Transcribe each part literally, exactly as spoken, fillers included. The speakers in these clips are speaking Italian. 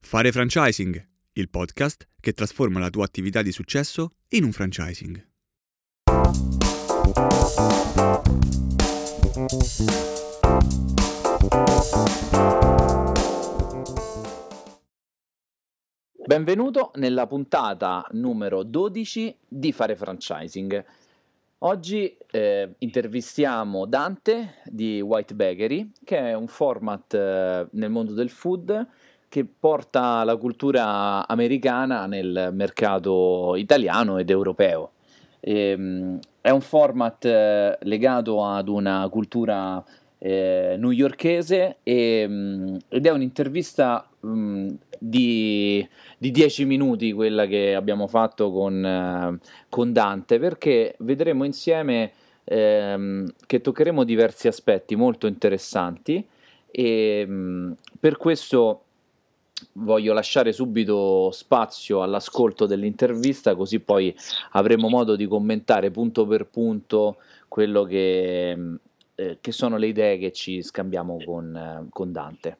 Fare franchising, il podcast che trasforma la tua attività di successo in un franchising. Benvenuto nella puntata numero dodici di Fare Franchising. Oggi eh, intervistiamo Dante di White Bakery, che è un format eh, nel mondo del food che porta la cultura americana nel mercato italiano ed europeo. Ehm, è un format eh, legato ad una cultura eh, newyorkese e, mh, ed è un'intervista mh, di, di dieci minuti quella che abbiamo fatto con, eh, con Dante, perché vedremo insieme ehm, che toccheremo diversi aspetti molto interessanti e mh, per questo voglio lasciare subito spazio all'ascolto dell'intervista, così poi avremo modo di commentare punto per punto quello che, eh, che sono le idee che ci scambiamo con, eh, con Dante.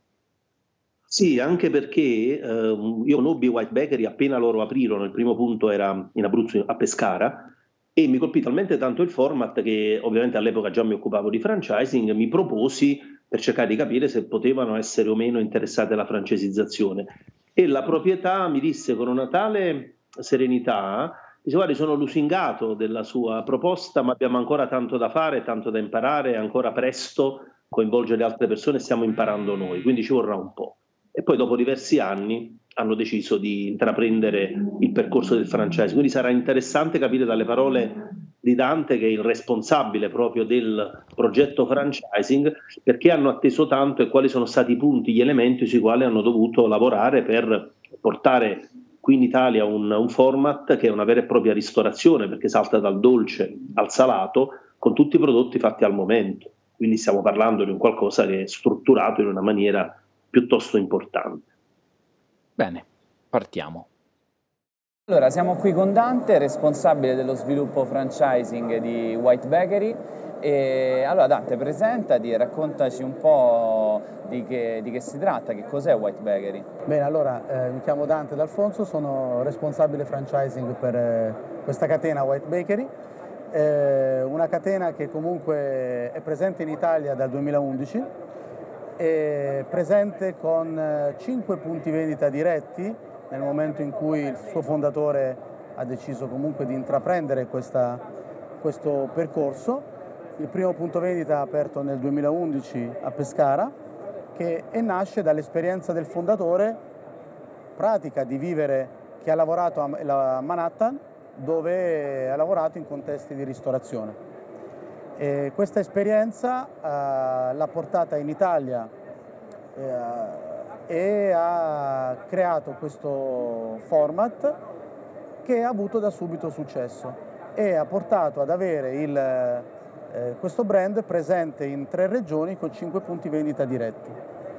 Sì, anche perché eh, io conobbi White Bakery appena loro aprirono, il primo punto era in Abruzzo, a Pescara, e mi colpì talmente tanto il format che ovviamente all'epoca già mi occupavo di franchising, mi proposi per cercare di capire se potevano essere o meno interessate alla francesizzazione. E la proprietà mi disse con una tale serenità, dice: guardi, sono lusingato della sua proposta, ma abbiamo ancora tanto da fare, tanto da imparare, è ancora presto coinvolgere altre persone, stiamo imparando noi, quindi ci vorrà un po'. E poi dopo diversi anni hanno deciso di intraprendere il percorso del franchise. Quindi sarà interessante capire dalle parole di Dante, che è il responsabile proprio del progetto franchising, perché hanno atteso tanto e quali sono stati i punti, gli elementi sui quali hanno dovuto lavorare per portare qui in Italia un, un format che è una vera e propria ristorazione, perché salta dal dolce al salato con tutti i prodotti fatti al momento. Quindi stiamo parlando di un qualcosa che è strutturato in una maniera piuttosto importante. Bene, partiamo. Allora, siamo qui con Dante, responsabile dello sviluppo franchising di White Bakery. E allora Dante, presentati e raccontaci un po' di che, di che si tratta, che cos'è White Bakery. Bene, allora eh, mi chiamo Dante D'Alfonso, sono responsabile franchising per eh, questa catena White Bakery, eh, una catena che comunque è presente in Italia dal duemilaundici, è presente con cinque punti vendita diretti nel momento in cui il suo fondatore ha deciso comunque di intraprendere questa, questo percorso. Il primo punto vendita aperto nel duemilaundici a Pescara, che e nasce dall'esperienza del fondatore, pratica di vivere, che ha lavorato a Manhattan, dove ha lavorato in contesti di ristorazione. E questa esperienza eh, l'ha portata in Italia eh, e ha creato questo format che ha avuto da subito successo e ha portato ad avere il, eh, questo brand presente in tre regioni con cinque punti vendita diretti.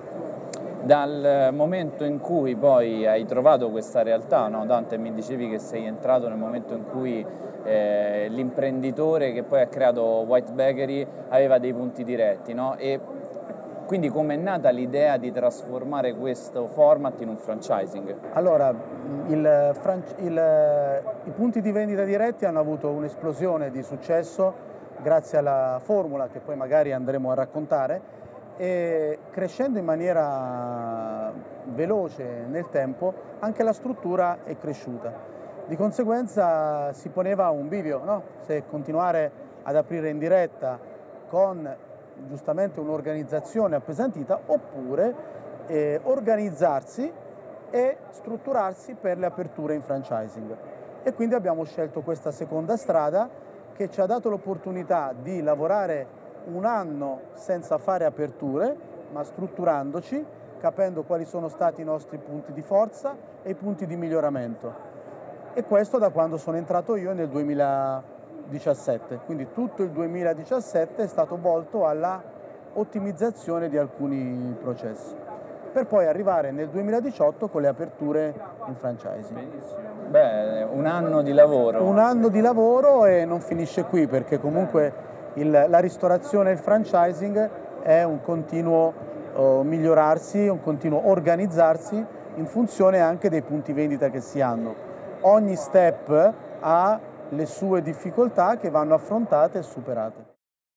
Dal momento in cui poi hai trovato questa realtà, no? Dante, mi dicevi che sei entrato nel momento in cui eh, l'imprenditore che poi ha creato White Bakery aveva dei punti diretti, no? E quindi com'è nata l'idea di trasformare questo format in un franchising? Allora, il, il, i punti di vendita diretti hanno avuto un'esplosione di successo grazie alla formula che poi magari andremo a raccontare, e crescendo in maniera veloce nel tempo anche la struttura è cresciuta. Di conseguenza si poneva un bivio, no? Se continuare ad aprire in diretta con giustamente un'organizzazione appesantita, oppure eh, organizzarsi e strutturarsi per le aperture in franchising. E quindi abbiamo scelto questa seconda strada, che ci ha dato l'opportunità di lavorare un anno senza fare aperture, ma strutturandoci, capendo quali sono stati i nostri punti di forza e i punti di miglioramento. E questo da quando sono entrato io nel duemiladiciassette, quindi tutto il duemiladiciassette è stato volto alla ottimizzazione di alcuni processi, per poi arrivare nel duemiladiciotto con le aperture in franchising. Benissimo. Beh, un anno di lavoro. Un anno di lavoro, e non finisce qui, perché comunque il, la ristorazione e il franchising è un continuo uh, migliorarsi, un continuo organizzarsi in funzione anche dei punti vendita che si hanno. Ogni step ha le sue difficoltà che vanno affrontate e superate.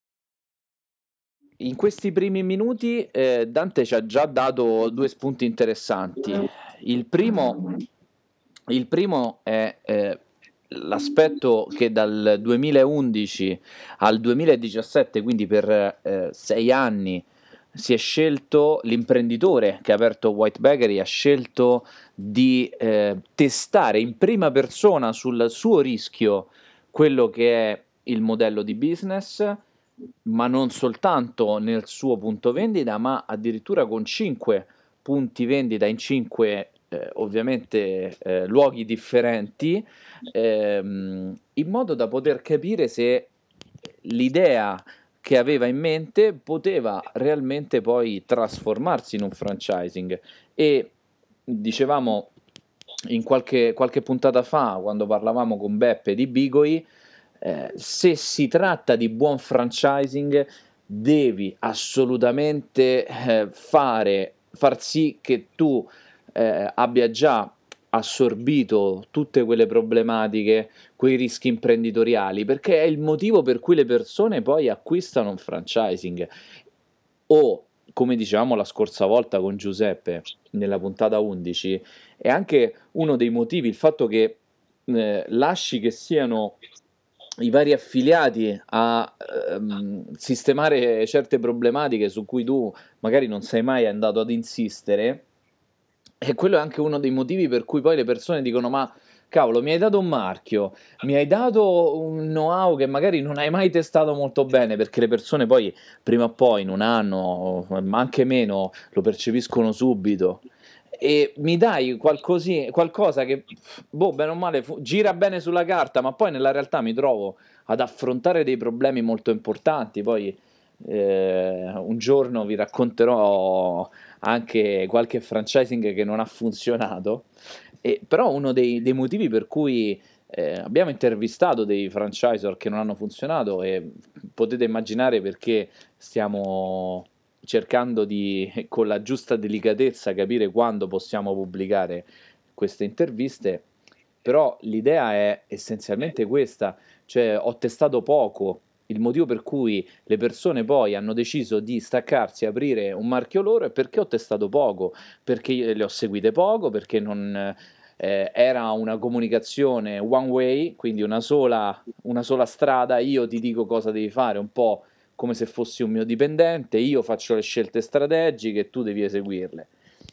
In questi primi minuti eh, Dante ci ha già dato due spunti interessanti. Il primo, il primo è eh, l'aspetto che dal duemilaundici al duemiladiciassette, quindi per eh, sei anni, si è scelto, l'imprenditore che ha aperto White Bakery ha scelto di eh, testare in prima persona sul suo rischio quello che è il modello di business, ma non soltanto nel suo punto vendita, ma addirittura con cinque punti vendita in cinque eh, ovviamente eh, luoghi differenti, ehm, in modo da poter capire se l'idea che aveva in mente poteva realmente poi trasformarsi in un franchising. E dicevamo in qualche, qualche puntata fa, quando parlavamo con Beppe di Bigoi, eh, se si tratta di buon franchising devi assolutamente eh, fare, far sì che tu eh, abbia già assorbito tutte quelle problematiche, quei rischi imprenditoriali, perché è il motivo per cui le persone poi acquistano un franchising. O, come dicevamo la scorsa volta con Giuseppe nella puntata undici, è anche uno dei motivi il fatto che eh, lasci che siano i vari affiliati a ehm, sistemare certe problematiche su cui tu magari non sei mai andato ad insistere, e quello è anche uno dei motivi per cui poi le persone dicono: ma cavolo, mi hai dato un marchio, mi hai dato un know-how che magari non hai mai testato molto bene, perché le persone poi prima o poi in un anno, ma anche meno, lo percepiscono subito. E mi dai qualcosi, qualcosa che, boh, bene o male, fu- gira bene sulla carta, ma poi nella realtà mi trovo ad affrontare dei problemi molto importanti. Poi eh, un giorno vi racconterò anche qualche franchising che non ha funzionato. E, però uno dei, dei motivi per cui eh, abbiamo intervistato dei franchisor che non hanno funzionato, e potete immaginare perché stiamo cercando di, con la giusta delicatezza, capire quando possiamo pubblicare queste interviste, però l'idea è essenzialmente questa, cioè ho testato poco. Il motivo per cui le persone poi hanno deciso di staccarsi e aprire un marchio loro è perché ho testato poco, perché le ho seguite poco, perché non eh, era una comunicazione one way, quindi una sola, una sola strada. Io ti dico cosa devi fare, un po' come se fossi un mio dipendente, io faccio le scelte strategiche, tu devi eseguirle.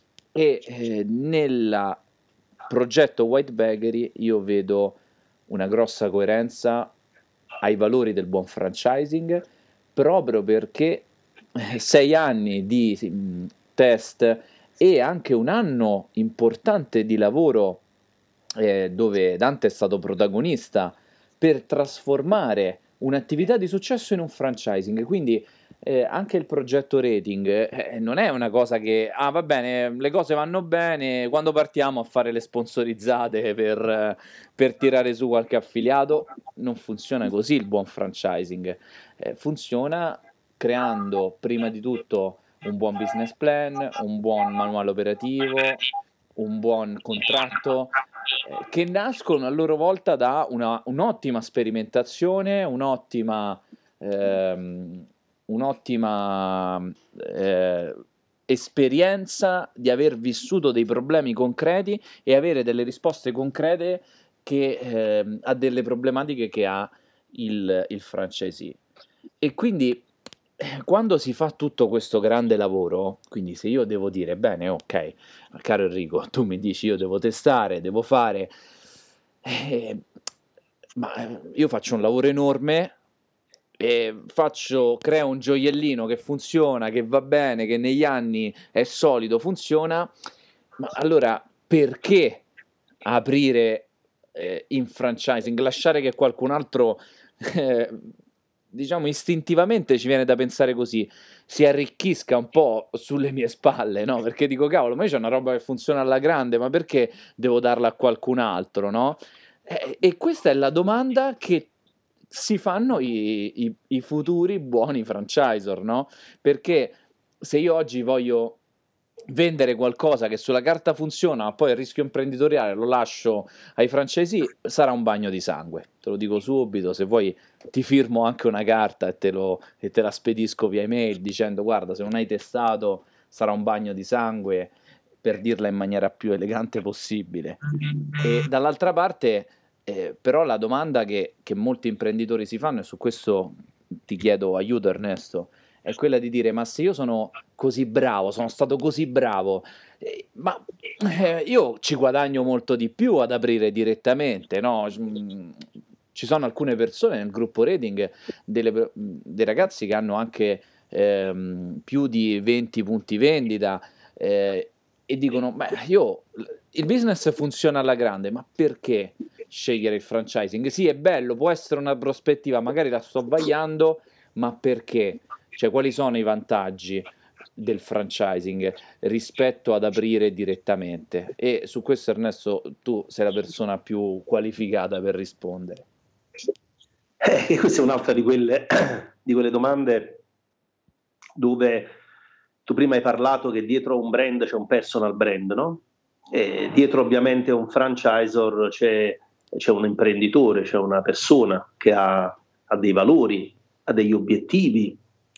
E eh, nel progetto White Bakery io vedo una grossa coerenza ai valori del buon franchising, proprio perché eh, sei anni di mh, test e anche un anno importante di lavoro eh, dove Dante è stato protagonista per trasformare un'attività di successo in un franchising. Quindi eh, anche il progetto rating eh, non è una cosa che, ah va bene, le cose vanno bene, quando partiamo a fare le sponsorizzate per, eh, per tirare su qualche affiliato. Non funziona così il buon franchising. Eh, funziona creando prima di tutto un buon business plan, un buon manuale operativo, un buon contratto, eh, che nascono a loro volta da una, un'ottima sperimentazione, un'ottima, ehm, un'ottima eh, esperienza di aver vissuto dei problemi concreti e avere delle risposte concrete che, ehm, a delle problematiche che ha il, il franchisee. E quindi eh, quando si fa tutto questo grande lavoro, quindi se io devo dire, bene, ok, caro Enrico, tu mi dici io devo testare, devo fare, eh, ma eh, io faccio un lavoro enorme e faccio, creo un gioiellino che funziona, che va bene, che negli anni è solido, funziona, ma allora perché aprire eh, in franchising, lasciare che qualcun altro, eh, diciamo istintivamente ci viene da pensare così, si arricchisca un po' sulle mie spalle, no? Perché dico, cavolo, ma io c'ho una roba che funziona alla grande, ma perché devo darla a qualcun altro, no? E, e questa è la domanda che si fanno i, i, i futuri buoni franchisor, no? Perché se io oggi voglio vendere qualcosa che sulla carta funziona, ma poi il rischio imprenditoriale lo lascio ai francesi, sarà un bagno di sangue, te lo dico subito. Se vuoi ti firmo anche una carta e te, lo, e te la spedisco via email dicendo guarda, se non hai testato sarà un bagno di sangue, per dirla in maniera più elegante possibile. E dall'altra parte eh, però la domanda che, che molti imprenditori si fanno, e su questo ti chiedo aiuto Ernesto, è quella di dire ma se io sono così bravo, sono stato così bravo, eh, ma eh, io ci guadagno molto di più ad aprire direttamente, no? Ci sono alcune persone nel gruppo Rating, delle, dei ragazzi che hanno anche ehm, più di venti punti vendita eh, e dicono beh io il business funziona alla grande, ma perché scegliere il franchising? Sì, è bello, può essere una prospettiva, magari la sto sbagliando, ma perché? Cioè, quali sono i vantaggi del franchising rispetto ad aprire direttamente? E su questo, Ernesto, tu sei la persona più qualificata per rispondere. Eh, questa è un'altra di quelle, di quelle domande dove tu prima hai parlato che dietro un brand c'è un personal brand, no? E dietro ovviamente un franchisor c'è, c'è un imprenditore, c'è una persona che ha, ha dei valori, ha degli obiettivi,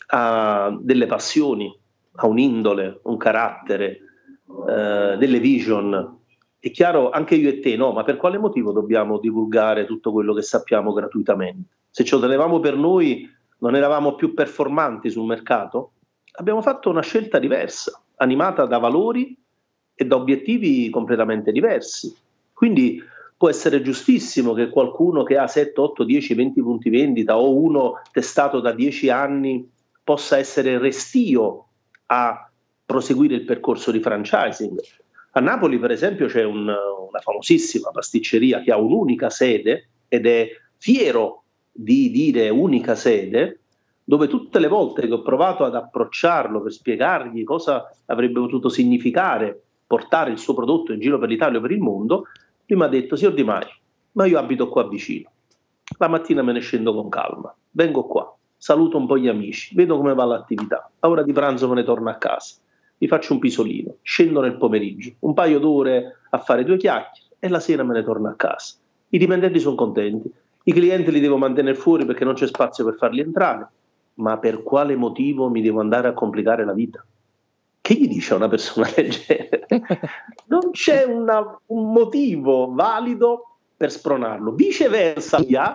ha delle passioni, ha un'indole, un carattere, eh, delle vision. È chiaro, anche io e te, no, ma per quale motivo dobbiamo divulgare tutto quello che sappiamo gratuitamente? Se ce lo tenevamo per noi, non eravamo più performanti sul mercato? Abbiamo fatto una scelta diversa, animata da valori e da obiettivi completamente diversi. Quindi può essere giustissimo che qualcuno che ha sette, otto, dieci, venti punti vendita o uno testato da dieci anni possa essere restio a proseguire il percorso di franchising. A Napoli, per esempio, c'è un, una famosissima pasticceria che ha un'unica sede ed è fiero di dire unica sede, dove tutte le volte che ho provato ad approcciarlo per spiegargli cosa avrebbe potuto significare portare il suo prodotto in giro per l'Italia o per il mondo, lui mi ha detto: signor Di Maio, ma io abito qua vicino, la mattina me ne scendo con calma, vengo qua, saluto un po' gli amici, vedo come va l'attività, a ora di pranzo me ne torno a casa, mi faccio un pisolino, scendo nel pomeriggio, un paio d'ore a fare due chiacchiere e la sera me ne torno a casa. I dipendenti sono contenti, i clienti li devo mantenere fuori perché non c'è spazio per farli entrare, ma per quale motivo mi devo andare a complicare la vita? Che gli dice a una persona del genere? Non c'è una, un motivo valido per spronarlo. Viceversa,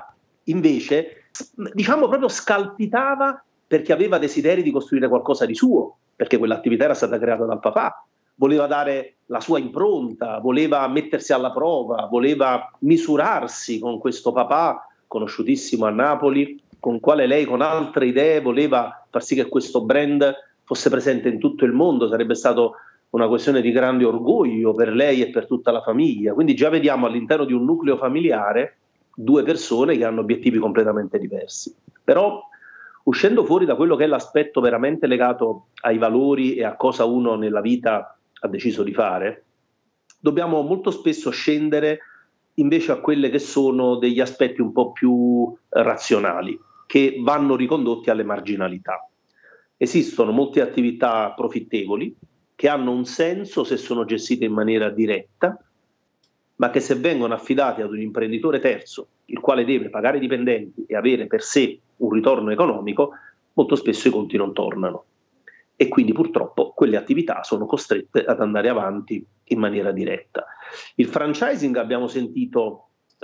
invece, diciamo proprio scalpitava perché aveva desideri di costruire qualcosa di suo, perché quell'attività era stata creata dal papà, voleva dare la sua impronta, voleva mettersi alla prova, voleva misurarsi con questo papà conosciutissimo a Napoli, con quale lei con altre idee voleva far sì che questo brand fosse presente in tutto il mondo. Sarebbe stato una questione di grande orgoglio per lei e per tutta la famiglia. Quindi già vediamo all'interno di un nucleo familiare due persone che hanno obiettivi completamente diversi. Però uscendo fuori da quello che è l'aspetto veramente legato ai valori e a cosa uno nella vita ha deciso di fare, dobbiamo molto spesso scendere invece a quelle che sono degli aspetti un po' più razionali, che vanno ricondotti alle marginalità. Esistono molte attività profittevoli che hanno un senso se sono gestite in maniera diretta, ma che se vengono affidate ad un imprenditore terzo, il quale deve pagare i dipendenti e avere per sé un ritorno economico, molto spesso i conti non tornano. E quindi purtroppo quelle attività sono costrette ad andare avanti in maniera diretta. Il franchising, abbiamo sentito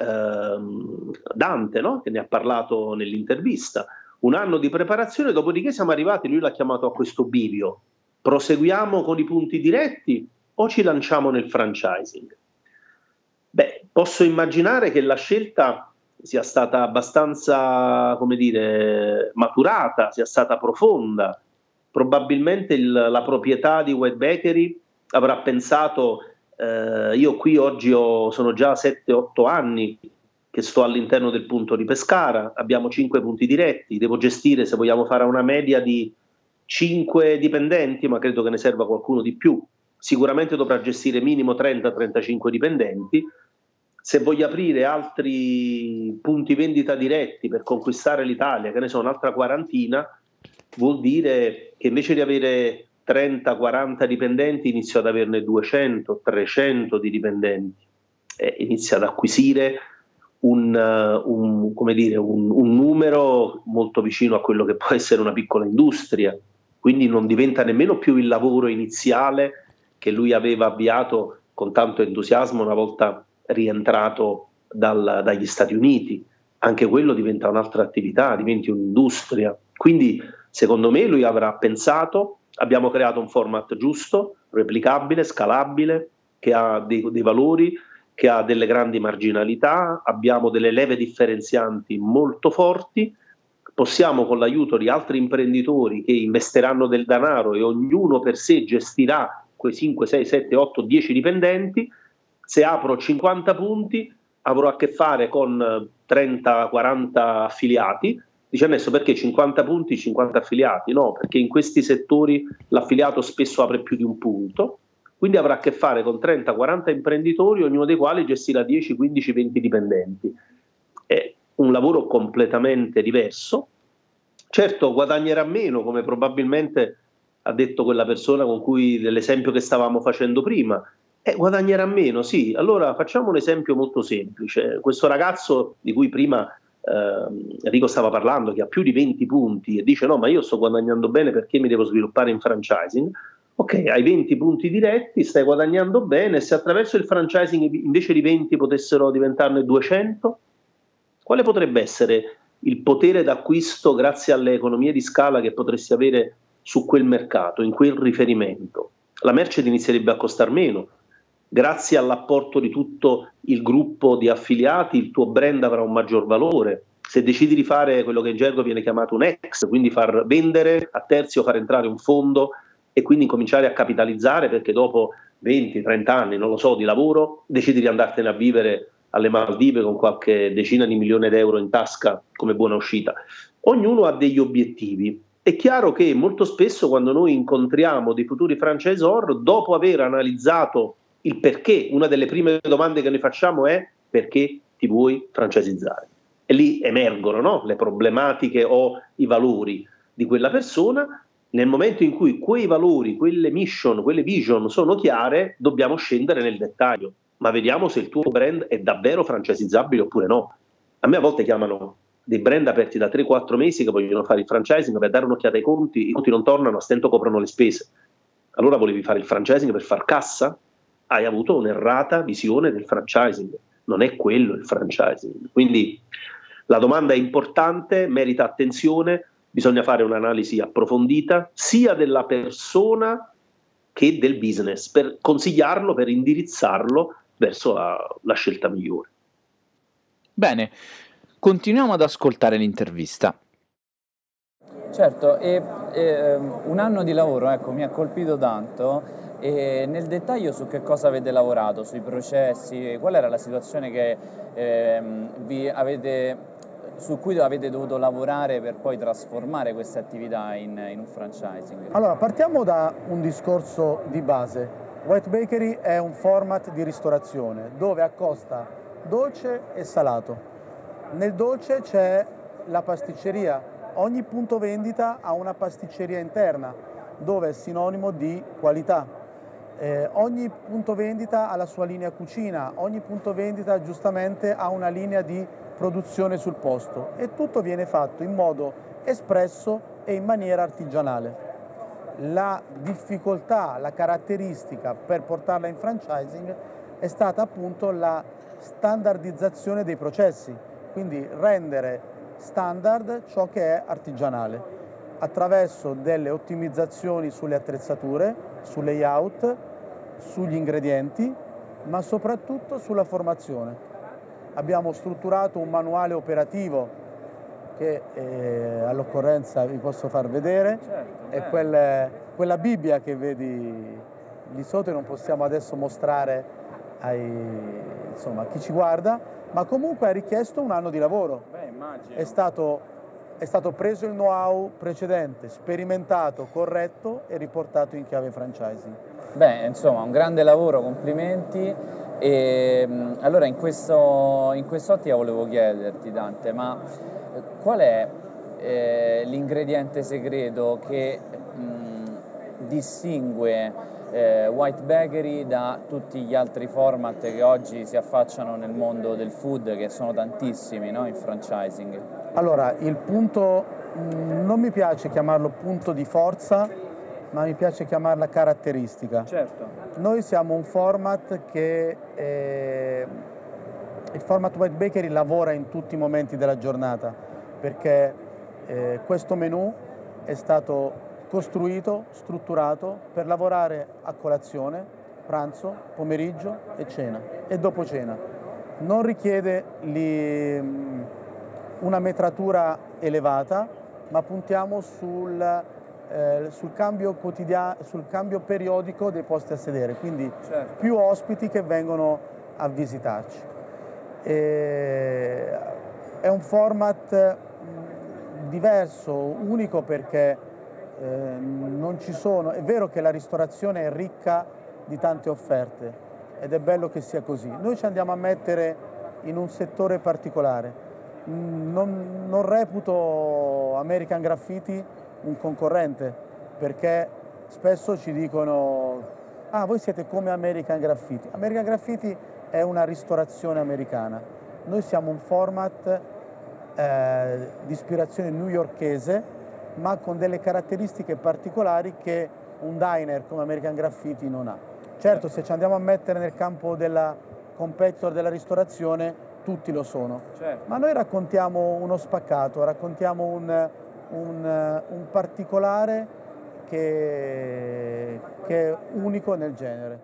ehm, Dante, no? Che ne ha parlato nell'intervista, un anno di preparazione, dopodiché siamo arrivati, lui l'ha chiamato a questo bivio: proseguiamo con i punti diretti o ci lanciamo nel franchising? Beh, posso immaginare che la scelta sia stata abbastanza, come dire, maturata, sia stata profonda. Probabilmente il, la proprietà di White Bakery avrà pensato, eh, io qui oggi ho, sono già sette otto anni che sto all'interno del punto di Pescara, abbiamo cinque punti diretti, devo gestire, se vogliamo fare una media, di cinque dipendenti, ma credo che ne serva qualcuno di più. Sicuramente dovrà gestire minimo trenta trentacinque dipendenti. Se voglio aprire altri punti vendita diretti per conquistare l'Italia, che ne so, un'altra quarantina, vuol dire che invece di avere trenta quaranta dipendenti, inizio ad averne duecento trecento di dipendenti, e inizia ad acquisire un, un, come dire, un, un numero molto vicino a quello che può essere una piccola industria, quindi non diventa nemmeno più il lavoro iniziale che lui aveva avviato con tanto entusiasmo una volta rientrato dal, dagli Stati Uniti. Anche quello diventa un'altra attività, diventi un'industria. Quindi secondo me lui avrà pensato, abbiamo creato un format giusto, replicabile, scalabile, che ha dei, dei valori, che ha delle grandi marginalità, abbiamo delle leve differenzianti molto forti, possiamo con l'aiuto di altri imprenditori che investeranno del denaro e ognuno per sé gestirà quei cinque, sei, sette, otto, dieci dipendenti. Se apro cinquanta punti avrò a che fare con trenta quaranta affiliati. Dice adesso perché cinquanta punti, cinquanta affiliati? No, perché in questi settori l'affiliato spesso apre più di un punto, quindi avrà a che fare con trenta quaranta imprenditori, ognuno dei quali gestirà dieci, quindici, venti dipendenti. È un lavoro completamente diverso. Certo, guadagnerà meno, come probabilmente ha detto quella persona con cui dell'esempio che stavamo facendo prima. Eh, guadagnerà meno, sì. Allora facciamo un esempio molto semplice. Questo ragazzo di cui prima eh, Enrico stava parlando, che ha più di venti punti e dice no, ma io sto guadagnando bene perché mi devo sviluppare in franchising. Ok, hai venti punti diretti, stai guadagnando bene, se attraverso il franchising invece di venti potessero diventarne duecento, quale potrebbe essere il potere d'acquisto grazie alle economie di scala che potresti avere su quel mercato, in quel riferimento? La merce ti inizierebbe a costare meno. Grazie all'apporto di tutto il gruppo di affiliati, il tuo brand avrà un maggior valore. Se decidi di fare quello che in gergo viene chiamato un ex, quindi far vendere a terzi o far entrare un fondo e quindi cominciare a capitalizzare, perché dopo venti trenta anni, non lo so, di lavoro, decidi di andartene a vivere alle Maldive con qualche decina di milioni d'euro in tasca come buona uscita. Ognuno ha degli obiettivi. È chiaro che molto spesso quando noi incontriamo dei futuri franchisor, dopo aver analizzato il perché, una delle prime domande che noi facciamo è: perché ti vuoi francesizzare? E lì emergono, no? Le problematiche o i valori di quella persona. Nel momento in cui quei valori, quelle mission, quelle vision sono chiare, dobbiamo scendere nel dettaglio. Ma vediamo se il tuo brand è davvero francesizzabile oppure no. A me a volte chiamano dei brand aperti da tre quattro mesi che vogliono fare il franchising per dare un'occhiata ai conti, i conti non tornano, a stento coprono le spese. Allora volevi fare il franchising per far cassa? Hai avuto un'errata visione del franchising, non è quello il franchising. Quindi la domanda è importante, merita attenzione, bisogna fare un'analisi approfondita sia della persona che del business per consigliarlo, per indirizzarlo verso la, la scelta migliore. Bene, continuiamo ad ascoltare l'intervista. Certo, e, e un anno di lavoro, ecco, mi ha colpito tanto. E nel dettaglio su che cosa avete lavorato, sui processi, qual era la situazione che eh, vi avete, su cui avete dovuto lavorare per poi trasformare queste attività in, in un franchising? Allora, partiamo da un discorso di base. White Bakery è un format di ristorazione dove accosta dolce e salato. Nel dolce c'è la pasticceria, ogni punto vendita ha una pasticceria interna dove è sinonimo di qualità. Eh, ogni punto vendita ha la sua linea cucina, ogni punto vendita giustamente ha una linea di produzione sul posto e tutto viene fatto in modo espresso e in maniera artigianale. La difficoltà, la caratteristica per portarla in franchising è stata appunto la standardizzazione dei processi, quindi rendere standard ciò che è artigianale attraverso delle ottimizzazioni sulle attrezzature, sul layout, sugli ingredienti, ma soprattutto sulla formazione. Abbiamo strutturato un manuale operativo che eh, all'occorrenza vi posso far vedere, certo, è quel, quella Bibbia che vedi lì sotto e non possiamo adesso mostrare ai, insomma, a chi ci guarda, ma comunque ha richiesto un anno di lavoro. Beh, immagino. È stato, è stato preso il know-how precedente, sperimentato, corretto e riportato in chiave franchising. Beh, insomma, un grande lavoro, complimenti. E allora in questo in quest'ottica volevo chiederti, Dante, ma qual è eh, l'ingrediente segreto che mh, distingue eh, White Bakery da tutti gli altri format che oggi si affacciano nel mondo del food, che sono tantissimi, no, in franchising? Allora, il punto, mh, non mi piace chiamarlo punto di forza, ma mi piace chiamarla caratteristica. Certo. Noi siamo un format che eh, il format White Bakery lavora in tutti i momenti della giornata, perché eh, questo menù è stato costruito, strutturato per lavorare a colazione, pranzo, pomeriggio e cena e dopo cena. Non richiede li, una metratura elevata, ma puntiamo sul, eh, sul cambio quotidiano, sul cambio periodico dei posti a sedere, quindi certo. più ospiti che vengono a visitarci. E è un format diverso, unico, perché eh, non ci sono, è vero che la ristorazione è ricca di tante offerte ed è bello che sia così. Noi ci andiamo a mettere in un settore particolare. Non, non reputo American Graffiti un concorrente, perché spesso ci dicono: ah, voi siete come American Graffiti. American Graffiti è una ristorazione americana. Noi siamo un format eh, di ispirazione newyorkese, ma con delle caratteristiche particolari che un diner come American Graffiti non ha. Certo, se ci andiamo a mettere nel campo della competitor della ristorazione, tutti lo sono. Certo. Ma noi raccontiamo uno spaccato, raccontiamo un, un, un particolare che, che è unico nel genere.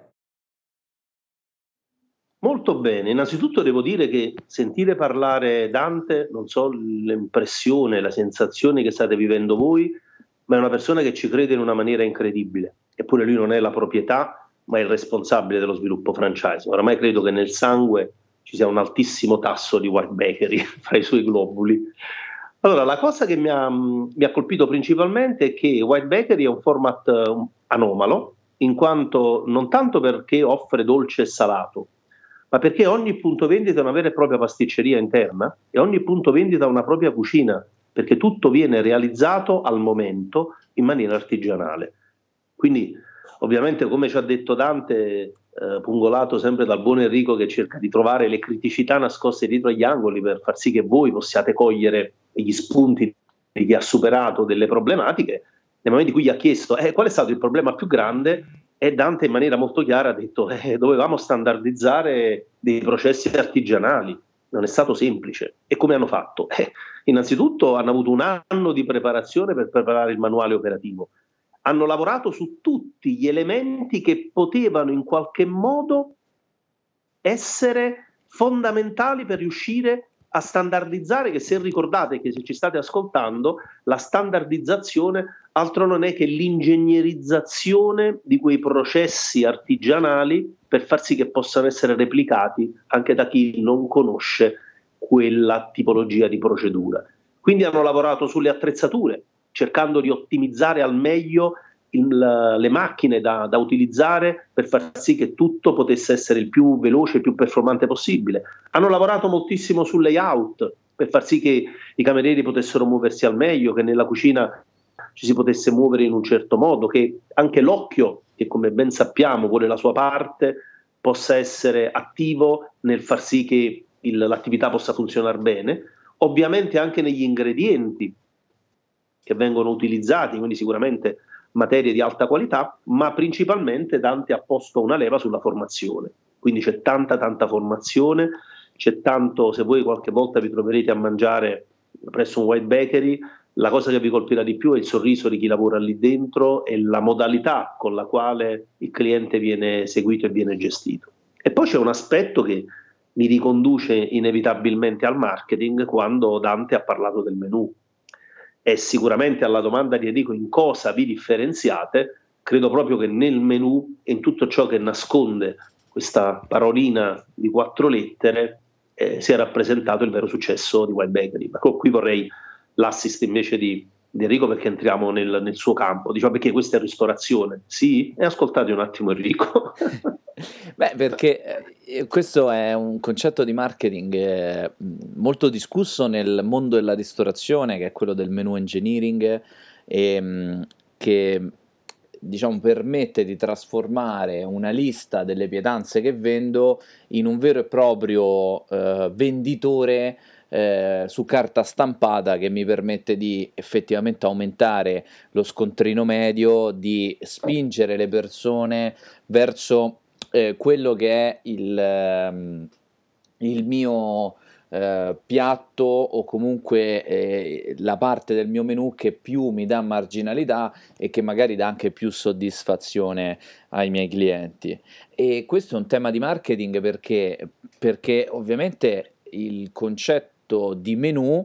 Molto bene, innanzitutto devo dire che sentire parlare Dante, non so l'impressione, la sensazione che state vivendo voi, ma è una persona che ci crede in una maniera incredibile. Eppure lui non è la proprietà, ma è il responsabile dello sviluppo franchise. Oramai credo che nel sangue ci sia un altissimo tasso di White Bakery fra i suoi globuli. Allora, la cosa che mi ha, mi ha colpito principalmente è che White Bakery è un format um, anomalo, in quanto non tanto perché offre dolce e salato, ma perché ogni punto vendita è una vera e propria pasticceria interna e ogni punto vendita ha una propria cucina, perché tutto viene realizzato al momento in maniera artigianale. Quindi, ovviamente, come ci ha detto Dante, eh, pungolato sempre dal buon Enrico, che cerca di trovare le criticità nascoste dietro agli angoli per far sì che voi possiate cogliere gli spunti di chi ha superato delle problematiche, nel momento in cui gli ha chiesto eh, qual è stato il problema più grande, e Dante in maniera molto chiara ha detto eh, dovevamo standardizzare dei processi artigianali, non è stato semplice. E come hanno fatto? Eh, innanzitutto hanno avuto un anno di preparazione per preparare il manuale operativo, hanno lavorato su tutti gli elementi che potevano in qualche modo essere fondamentali per riuscire a standardizzare, che se ricordate che se ci state ascoltando, la standardizzazione altro non è che l'ingegnerizzazione di quei processi artigianali per far sì che possano essere replicati anche da chi non conosce quella tipologia di procedura. Quindi hanno lavorato sulle attrezzature, cercando di ottimizzare al meglio il, le macchine da, da utilizzare per far sì che tutto potesse essere il più veloce e il più performante possibile. Hanno lavorato moltissimo sul layout per far sì che i camerieri potessero muoversi al meglio, che nella cucina ci si potesse muovere in un certo modo, che anche l'occhio, che come ben sappiamo vuole la sua parte, possa essere attivo nel far sì che il, l'attività possa funzionare bene. Ovviamente anche negli ingredienti che vengono utilizzati, quindi sicuramente materie di alta qualità, ma principalmente Dante ha posto una leva sulla formazione. Quindi c'è tanta tanta formazione, c'è tanto, se voi qualche volta vi troverete a mangiare presso un White Bakery, la cosa che vi colpirà di più è il sorriso di chi lavora lì dentro e la modalità con la quale il cliente viene seguito e viene gestito. E poi c'è un aspetto che mi riconduce inevitabilmente al marketing, quando Dante ha parlato del menù. E sicuramente alla domanda di Enrico in cosa vi differenziate, credo proprio che nel menù e in tutto ciò che nasconde questa parolina di quattro lettere eh, sia rappresentato il vero successo di White Bakery. Ma qui vorrei l'assist invece di, di Enrico, perché entriamo nel, nel suo campo. Diciamo, perché questa è ristorazione? Sì? E ascoltate un attimo Enrico. Beh, perché eh, questo è un concetto di marketing eh, molto discusso nel mondo della ristorazione, che è quello del menu engineering, e, mh, che diciamo, permette di trasformare una lista delle pietanze che vendo in un vero e proprio eh, venditore eh, su carta stampata, che mi permette di effettivamente aumentare lo scontrino medio, di spingere le persone verso eh, quello che è il, ehm, il mio eh, piatto, o comunque eh, la parte del mio menù che più mi dà marginalità e che magari dà anche più soddisfazione ai miei clienti. E questo è un tema di marketing, perché, perché ovviamente il concetto di menù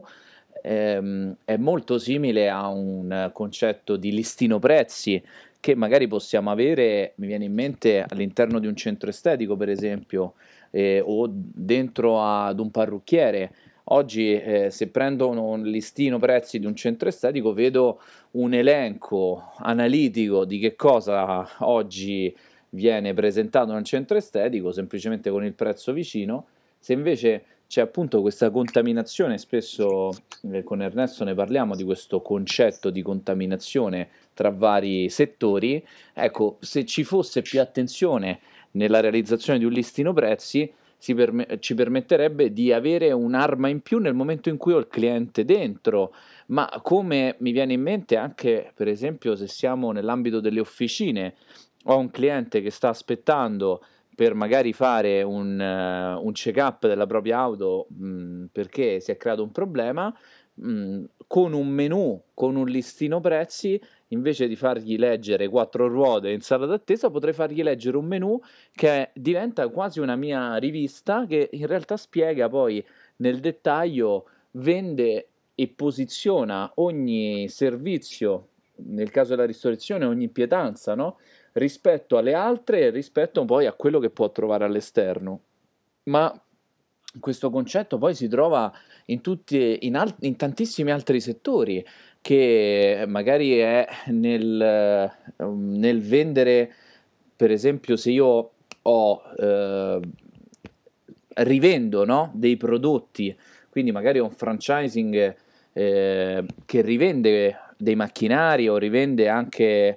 ehm, è molto simile a un concetto di listino prezzi che magari possiamo avere, mi viene in mente, all'interno di un centro estetico, per esempio, eh, o dentro ad un parrucchiere. Oggi, eh, se prendo un, un listino prezzi di un centro estetico, vedo un elenco analitico di che cosa oggi viene presentato nel centro estetico, semplicemente con il prezzo vicino. Se invece c'è appunto questa contaminazione, spesso eh, con Ernesto ne parliamo di questo concetto di contaminazione tra vari settori, ecco, se ci fosse più attenzione nella realizzazione di un listino prezzi, si perme- ci permetterebbe di avere un'arma in più nel momento in cui ho il cliente dentro. Ma come mi viene in mente anche, per esempio, se siamo nell'ambito delle officine, ho un cliente che sta aspettando per magari fare un, eh, un check-up della propria auto, mh, perché si è creato un problema, mh, con un menu, con un listino prezzi, invece di fargli leggere quattro ruote in sala d'attesa, potrei fargli leggere un menu che diventa quasi una mia rivista, che in realtà spiega poi nel dettaglio, vende e posiziona ogni servizio, nel caso della ristorazione ogni pietanza, no? Rispetto alle altre e rispetto poi a quello che può trovare all'esterno. Ma questo concetto poi si trova in tutti, in, al- in tantissimi altri settori, che magari è nel, eh, nel vendere, per esempio, se io ho eh, rivendo, no, dei prodotti, quindi magari ho un franchising eh, che rivende dei macchinari o rivende anche,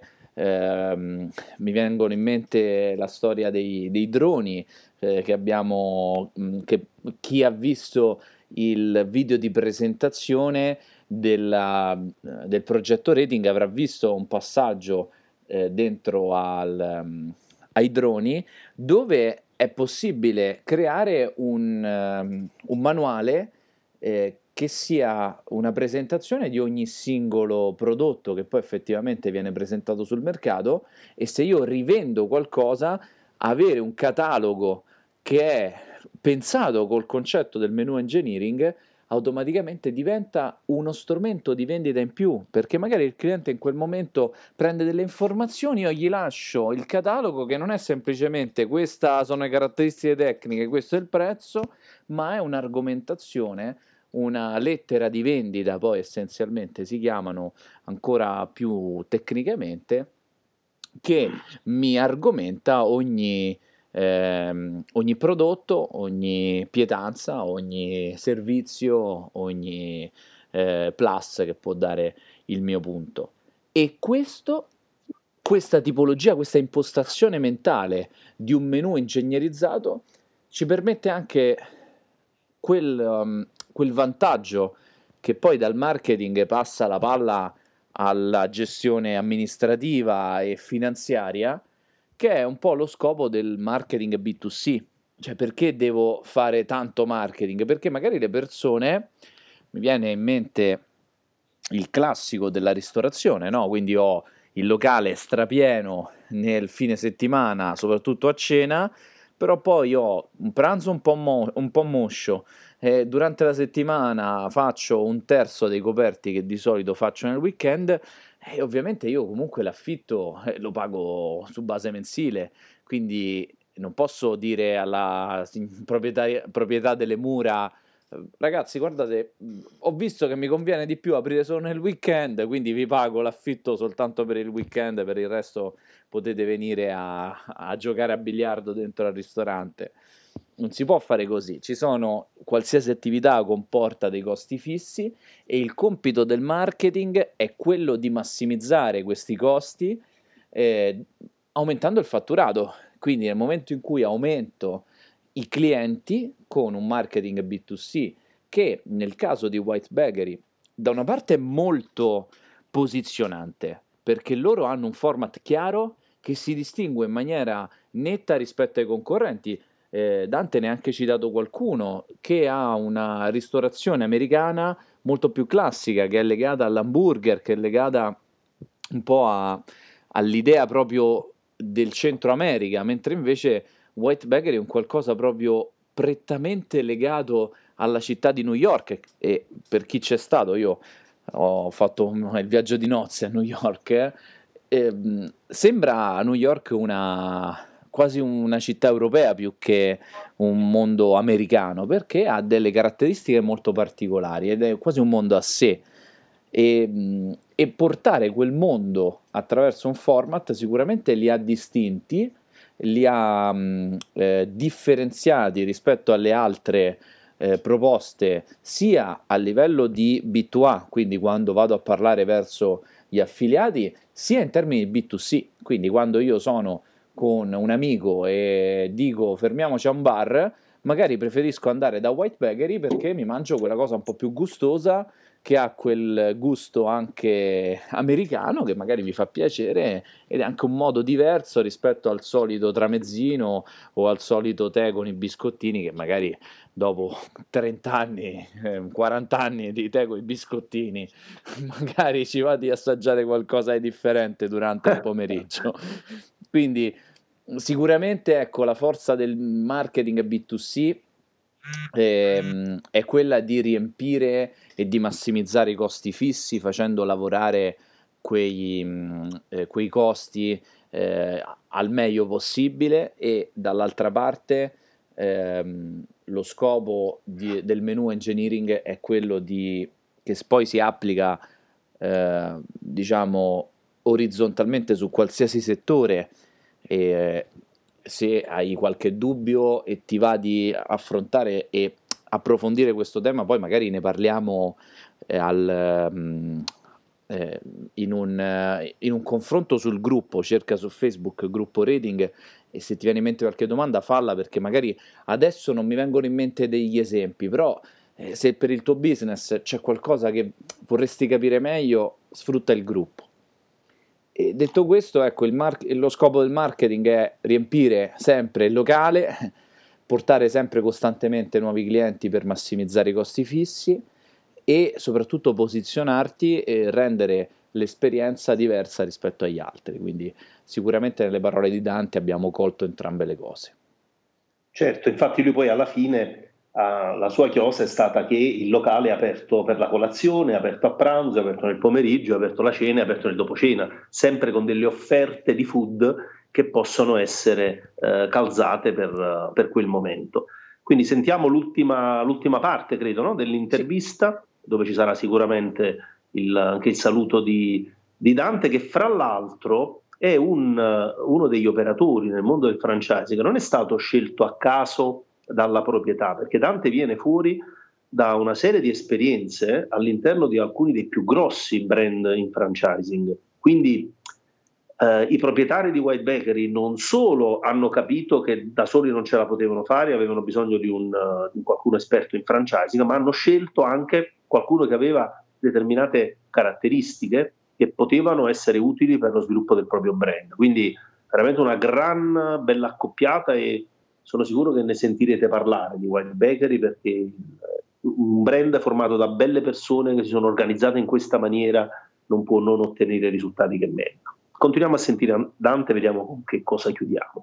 ehm, mi vengono in mente la storia dei, dei droni eh, che abbiamo, mh, che chi ha visto il video di presentazione della, del progetto Rating avrà visto un passaggio eh, dentro al, um, ai droni, dove è possibile creare un, um, un manuale eh, che sia una presentazione di ogni singolo prodotto che poi effettivamente viene presentato sul mercato, e se io rivendo qualcosa, avere un catalogo che è pensato col concetto del menu engineering, automaticamente diventa uno strumento di vendita in più, perché magari il cliente in quel momento prende delle informazioni, io gli lascio il catalogo che non è semplicemente queste sono le caratteristiche tecniche, questo è il prezzo, ma è un'argomentazione, una lettera di vendita, poi essenzialmente si chiamano ancora più tecnicamente, che mi argomenta ogni, ehm, ogni prodotto, ogni pietanza, ogni servizio, ogni eh, plus che può dare il mio punto. E questo, questa tipologia, questa impostazione mentale di un menu ingegnerizzato ci permette anche quel, um, quel vantaggio che poi dal marketing passa la palla alla gestione amministrativa e finanziaria, che è un po' lo scopo del marketing B due C. Cioè, perché devo fare tanto marketing? Perché magari le persone, mi viene in mente il classico della ristorazione, no? Quindi ho il locale strapieno nel fine settimana, soprattutto a cena, però poi ho un pranzo un po', mo- un po' moscio, eh, durante la settimana faccio un terzo dei coperti che di solito faccio nel weekend, e ovviamente io comunque l'affitto eh, lo pago su base mensile, quindi non posso dire alla sin- proprietaria- proprietà delle mura: ragazzi, guardate, mh, ho visto che mi conviene di più aprire solo nel weekend, quindi vi pago l'affitto soltanto per il weekend, per il resto potete venire a, a giocare a biliardo dentro al ristorante. Non si può fare così. Ci sono, qualsiasi attività comporta dei costi fissi, e il compito del marketing è quello di massimizzare questi costi eh, aumentando il fatturato. Quindi nel momento in cui aumento i clienti con un marketing B due C, che nel caso di White Bakery da una parte è molto posizionante, perché loro hanno un format chiaro che si distingue in maniera netta rispetto ai concorrenti. Eh, Dante ne ha anche citato qualcuno che ha una ristorazione americana molto più classica, che è legata all'hamburger, che è legata un po' a- all'idea proprio del Centro America, mentre invece White Bakery è un qualcosa proprio prettamente legato alla città di New York. E per chi c'è stato, io ho fatto un- il viaggio di nozze a New York, eh, e, mh, sembra a New York una, quasi una città europea più che un mondo americano, perché ha delle caratteristiche molto particolari ed è quasi un mondo a sé. E, mh, e portare quel mondo attraverso un format sicuramente li ha distinti, li ha mh, eh, differenziati rispetto alle altre eh, proposte, sia a livello di B due A, quindi quando vado a parlare verso gli affiliati, sia in termini di B due C, quindi quando io sono con un amico e dico fermiamoci a un bar, magari preferisco andare da White Bakery perché mi mangio quella cosa un po' più gustosa, che ha quel gusto anche americano che magari mi fa piacere, ed è anche un modo diverso rispetto al solito tramezzino o al solito tè con i biscottini, che magari dopo trenta anni, eh, quaranta anni di tè con i biscottini, magari ci va di assaggiare qualcosa di differente durante il pomeriggio. Quindi sicuramente, ecco, la forza del marketing B due C ehm, è quella di riempire e di massimizzare i costi fissi facendo lavorare quei, mh, eh, quei costi eh, al meglio possibile, e dall'altra parte ehm, lo scopo di- del menu engineering è quello di, che poi si applica eh, diciamo orizzontalmente su qualsiasi settore. E se hai qualche dubbio e ti va di affrontare e approfondire questo tema, poi magari ne parliamo eh, al, mm, eh, in un, eh, in un confronto sul gruppo. Cerca su Facebook gruppo Rating, e se ti viene in mente qualche domanda falla, perché magari adesso non mi vengono in mente degli esempi, però eh, se per il tuo business c'è qualcosa che vorresti capire meglio, sfrutta il gruppo. E detto questo, ecco, il mar- lo scopo del marketing è riempire sempre il locale, portare sempre costantemente nuovi clienti per massimizzare i costi fissi, e soprattutto posizionarti e rendere l'esperienza diversa rispetto agli altri. Quindi sicuramente nelle parole di Dante abbiamo colto entrambe le cose. Certo, infatti lui poi alla fine uh, la sua chiosa è stata che il locale è aperto per la colazione, è aperto a pranzo, è aperto nel pomeriggio, è aperto la cena, è aperto nel dopocena, sempre con delle offerte di food che possono essere uh, calzate per, uh, per quel momento. Quindi sentiamo l'ultima, l'ultima parte, credo, no? dell'intervista, sì, dove ci sarà sicuramente il, anche il saluto di, di Dante, che fra l'altro è un, uno degli operatori nel mondo del franchising che non è stato scelto a caso dalla proprietà, perché Dante viene fuori da una serie di esperienze all'interno di alcuni dei più grossi brand in franchising. Quindi eh, i proprietari di White Bakery non solo hanno capito che da soli non ce la potevano fare, avevano bisogno di, un, uh, di qualcuno esperto in franchising, ma hanno scelto anche qualcuno che aveva determinate caratteristiche che potevano essere utili per lo sviluppo del proprio brand. Quindi veramente una gran bella accoppiata, e sono sicuro che ne sentirete parlare di White Bakery, perché un brand formato da belle persone che si sono organizzate in questa maniera non può non ottenere i risultati che merita. Continuiamo a sentire Dante, vediamo con che cosa chiudiamo.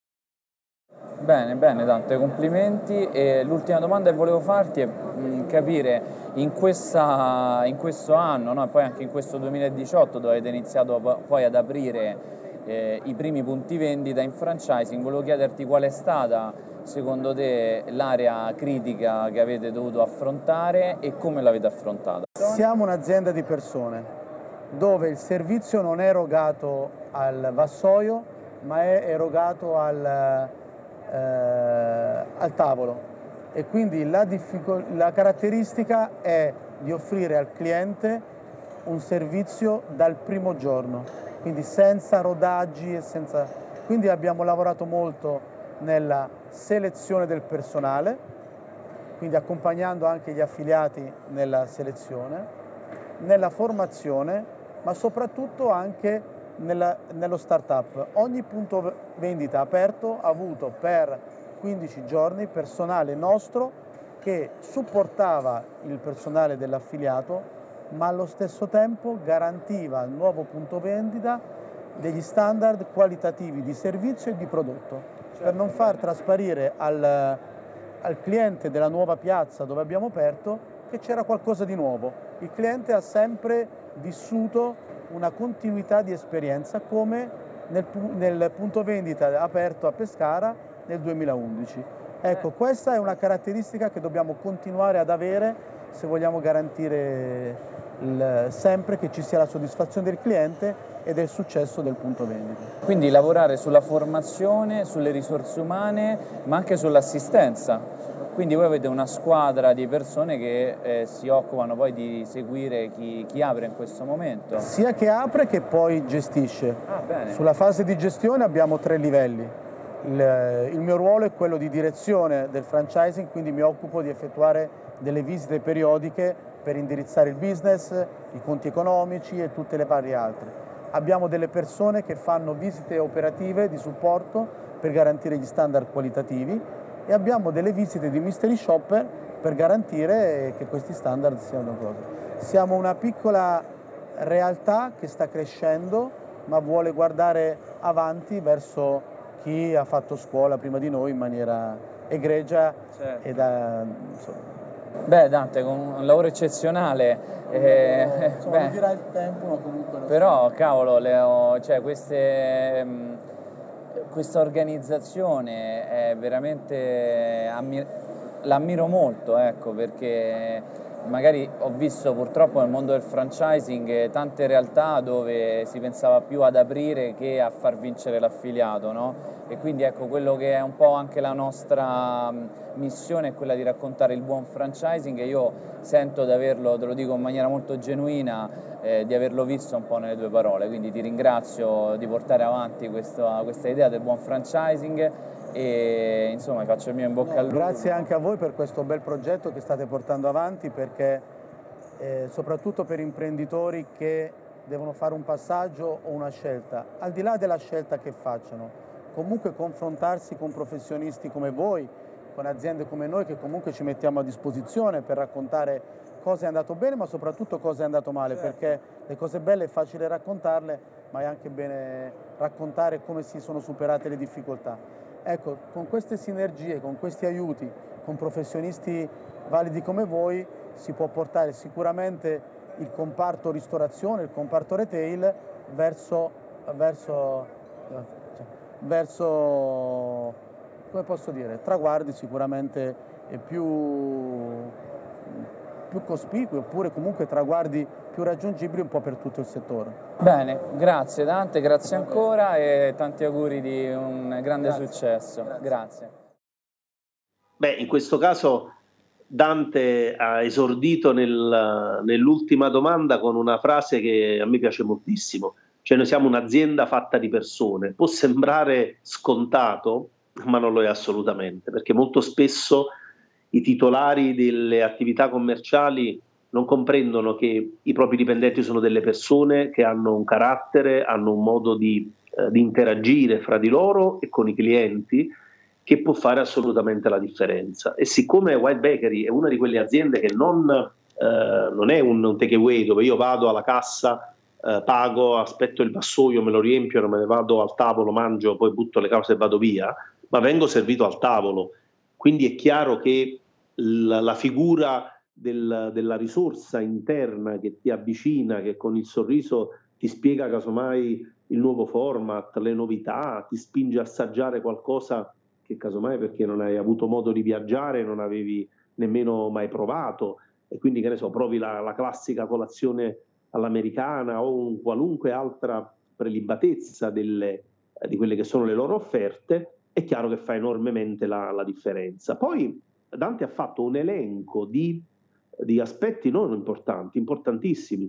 Bene, bene Dante, complimenti. E l'ultima domanda che volevo farti è mh, capire in, questa, in questo anno, no? E poi anche in questo duemiladiciotto, dove avete iniziato poi ad aprire eh, i primi punti vendita in franchising, volevo chiederti qual è stata secondo te l'area critica che avete dovuto affrontare e come l'avete affrontata. Siamo un'azienda di persone, dove il servizio non è erogato al vassoio, ma è erogato al Eh, al tavolo, e quindi la, difficol- la caratteristica è di offrire al cliente un servizio dal primo giorno. quindi senza rodaggi e senza... Quindi abbiamo lavorato molto nella selezione del personale, quindi accompagnando anche gli affiliati nella selezione, nella formazione, ma soprattutto anche nella, nello startup. Ogni punto vendita aperto ha avuto per quindici giorni personale nostro che supportava il personale dell'affiliato, ma allo stesso tempo garantiva al nuovo punto vendita degli standard qualitativi di servizio e di prodotto, certo, per non far trasparire al, al cliente della nuova piazza dove abbiamo aperto che c'era qualcosa di nuovo. Il cliente ha sempre vissuto una continuità di esperienza come nel, nel punto vendita aperto a Pescara nel duemilaundici. Ecco, questa è una caratteristica che dobbiamo continuare ad avere se vogliamo garantire il, sempre che ci sia la soddisfazione del cliente e del successo del punto vendita. Quindi lavorare sulla formazione, sulle risorse umane, ma anche sull'assistenza. Quindi voi avete una squadra di persone che eh, si occupano poi di seguire chi, chi apre in questo momento? Sia che apre che poi gestisce. Ah, bene. Sulla fase di gestione abbiamo tre livelli. Il, il mio ruolo è quello di direzione del franchising, quindi mi occupo di effettuare delle visite periodiche per indirizzare il business, i conti economici e tutte le varie altre. Abbiamo delle persone che fanno visite operative di supporto per garantire gli standard qualitativi e abbiamo delle visite di mystery shopper per garantire che questi standard siano cose. Siamo una piccola realtà che sta crescendo ma vuole guardare avanti verso chi ha fatto scuola prima di noi in maniera egregia, certo, e da, insomma. Beh Dante, con un lavoro eccezionale, eh, insomma, non dirà il tempo, ma comunque però cavolo, le ho, cioè, queste, mh, questa organizzazione è veramente, ammir- l'ammiro molto, ecco, perché magari ho visto purtroppo nel mondo del franchising tante realtà dove si pensava più ad aprire che a far vincere l'affiliato, no? E quindi ecco, quello che è un po' anche la nostra missione è quella di raccontare il buon franchising e io sento di averlo, te lo dico in maniera molto genuina, eh, di averlo visto un po' nelle tue parole, quindi ti ringrazio di portare avanti questa, questa idea del buon franchising e insomma faccio il mio in bocca al lupo. Grazie anche a voi per questo bel progetto che state portando avanti, perché eh, soprattutto per imprenditori che devono fare un passaggio o una scelta, al di là della scelta che facciano, comunque confrontarsi con professionisti come voi, con aziende come noi che comunque ci mettiamo a disposizione per raccontare cosa è andato bene ma soprattutto cosa è andato male, certo, perché le cose belle è facile raccontarle ma è anche bene raccontare come si sono superate le difficoltà. Ecco, con queste sinergie, con questi aiuti, con professionisti validi come voi si può portare sicuramente il comparto ristorazione, il comparto retail verso, verso verso, come posso dire, traguardi sicuramente più, più cospicui oppure comunque traguardi più raggiungibili un po' per tutto il settore. Bene, grazie Dante, grazie ancora e tanti auguri di un grande grazie. successo. Grazie. grazie. Beh, in questo caso Dante ha esordito nel, nell'ultima domanda con una frase che a me piace moltissimo. Cioè noi siamo un'azienda fatta di persone. Può sembrare scontato, ma non lo è assolutamente, perché molto spesso i titolari delle attività commerciali non comprendono che i propri dipendenti sono delle persone che hanno un carattere, hanno un modo di, eh, di interagire fra di loro e con i clienti che può fare assolutamente la differenza. E siccome White Bakery è una di quelle aziende che non, eh, non è un, un takeaway dove io vado alla cassa, Uh, pago, aspetto il vassoio, me lo riempiono, me ne vado al tavolo, mangio, poi butto le cose e vado via, ma vengo servito al tavolo. Quindi è chiaro che la, la figura del, della risorsa interna che ti avvicina, che con il sorriso ti spiega casomai il nuovo format, le novità, ti spinge a assaggiare qualcosa che casomai perché non hai avuto modo di viaggiare, non avevi nemmeno mai provato, e quindi che ne so, provi la, la classica colazione all'americana o un qualunque altra prelibatezza delle, di quelle che sono le loro offerte, è chiaro che fa enormemente la, la differenza. Poi Dante ha fatto un elenco di, di aspetti non importanti, importantissimi,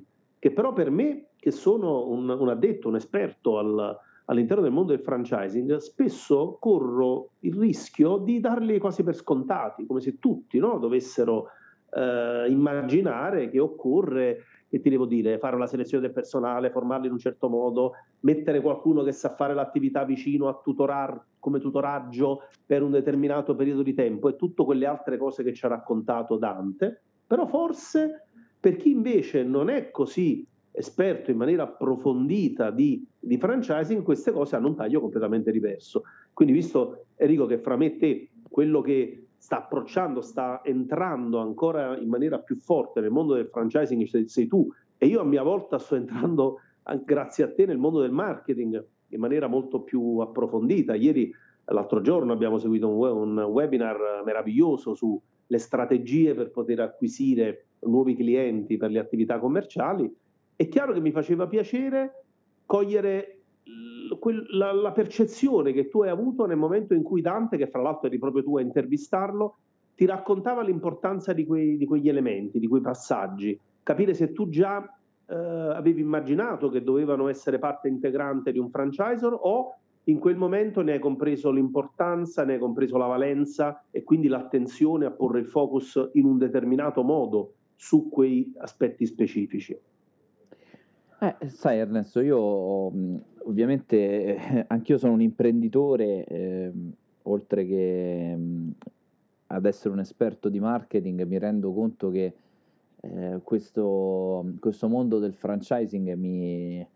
che però per me, che sono un, un addetto, un esperto al, all'interno del mondo del franchising, spesso corro il rischio di darli quasi per scontati, come se tutti, no, dovessero eh, immaginare che occorre, che ti devo dire, fare una selezione del personale, formarli in un certo modo, mettere qualcuno che sa fare l'attività vicino a tutorar, come tutoraggio per un determinato periodo di tempo e tutte quelle altre cose che ci ha raccontato Dante. Però forse per chi invece non è così esperto in maniera approfondita di, di franchising, queste cose hanno un taglio completamente diverso. Quindi, visto, Enrico, che fra me e te quello che sta approcciando, sta entrando ancora in maniera più forte nel mondo del franchising sei tu, e io a mia volta sto entrando grazie a te nel mondo del marketing in maniera molto più approfondita. Ieri, l'altro giorno, abbiamo seguito un, un webinar meraviglioso sulle strategie per poter acquisire nuovi clienti per le attività commerciali. È chiaro che mi faceva piacere cogliere la, la percezione che tu hai avuto nel momento in cui Dante, che fra l'altro eri proprio tu a intervistarlo, ti raccontava l'importanza di, quei, di quegli elementi, di quei passaggi, capire se tu già eh, avevi immaginato che dovevano essere parte integrante di un franchisor o in quel momento ne hai compreso l'importanza, ne hai compreso la valenza e quindi l'attenzione a porre il focus in un determinato modo su quei aspetti specifici. Eh, sai Ernesto, io mh, ovviamente eh, anch'io sono un imprenditore, eh, oltre che mh, ad essere un esperto di marketing, mi rendo conto che eh, questo, questo mondo del franchising mi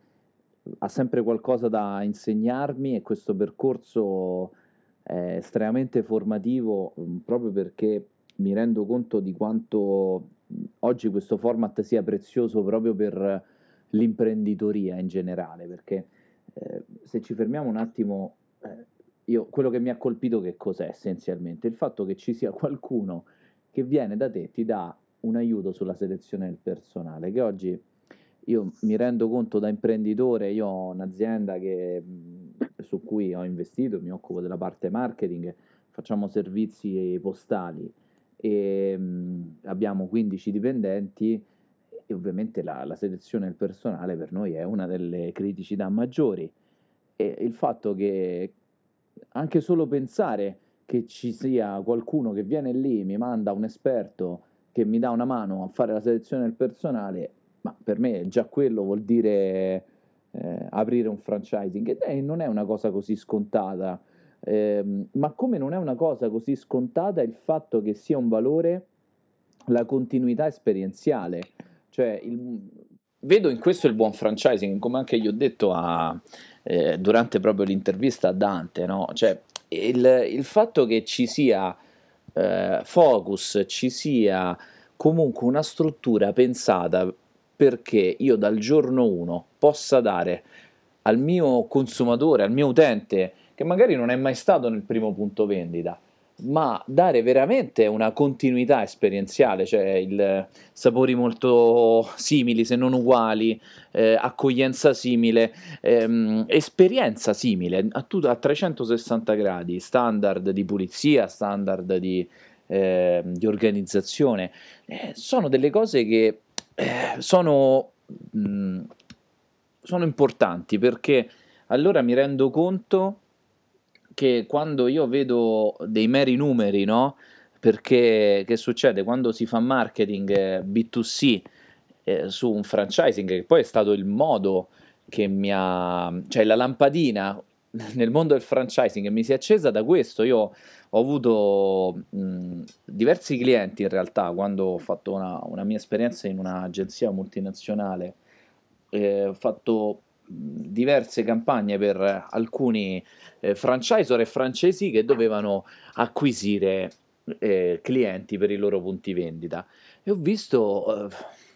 ha sempre qualcosa da insegnarmi e questo percorso è estremamente formativo mh, proprio perché mi rendo conto di quanto mh, oggi questo format sia prezioso proprio per l'imprenditoria in generale, perché eh, se ci fermiamo un attimo, eh, io, quello che mi ha colpito che cos'è essenzialmente? Il fatto che ci sia qualcuno che viene da te, ti dà un aiuto sulla selezione del personale, che oggi io mi rendo conto da imprenditore, io ho un'azienda che, su cui ho investito, mi occupo della parte marketing, facciamo servizi postali e mh, abbiamo quindici dipendenti e ovviamente la, la selezione del personale per noi è una delle criticità maggiori e il fatto che anche solo pensare che ci sia qualcuno che viene lì, mi manda un esperto che mi dà una mano a fare la selezione del personale, ma per me già quello vuol dire eh, aprire un franchising e non è una cosa così scontata, eh, ma come non è una cosa così scontata il fatto che sia un valore la continuità esperienziale. Cioè, il, vedo in questo il buon franchising, come anche io ho detto a, eh, durante proprio l'intervista a Dante, no? Cioè, il, il fatto che ci sia eh, focus, ci sia comunque una struttura pensata perché io dal giorno uno possa dare al mio consumatore, al mio utente, che magari non è mai stato nel primo punto vendita, ma dare veramente una continuità esperienziale, cioè il, sapori molto simili se non uguali, eh, accoglienza simile, ehm, esperienza simile a, tutto, a trecentosessanta gradi, standard di pulizia, standard di, eh, di organizzazione, eh, sono delle cose che eh, sono, mh, sono importanti perché allora mi rendo conto che quando io vedo dei meri numeri, no? Perché che succede? Quando si fa marketing eh, B due C eh, su un franchising, che poi è stato il modo che mi ha, cioè la lampadina nel mondo del franchising mi si è accesa da questo. Io ho avuto mh, diversi clienti in realtà quando ho fatto una, una mia esperienza in un'agenzia multinazionale, eh, ho fatto diverse campagne per alcuni eh, franchisor e francesi che dovevano acquisire eh, clienti per i loro punti vendita e ho visto eh,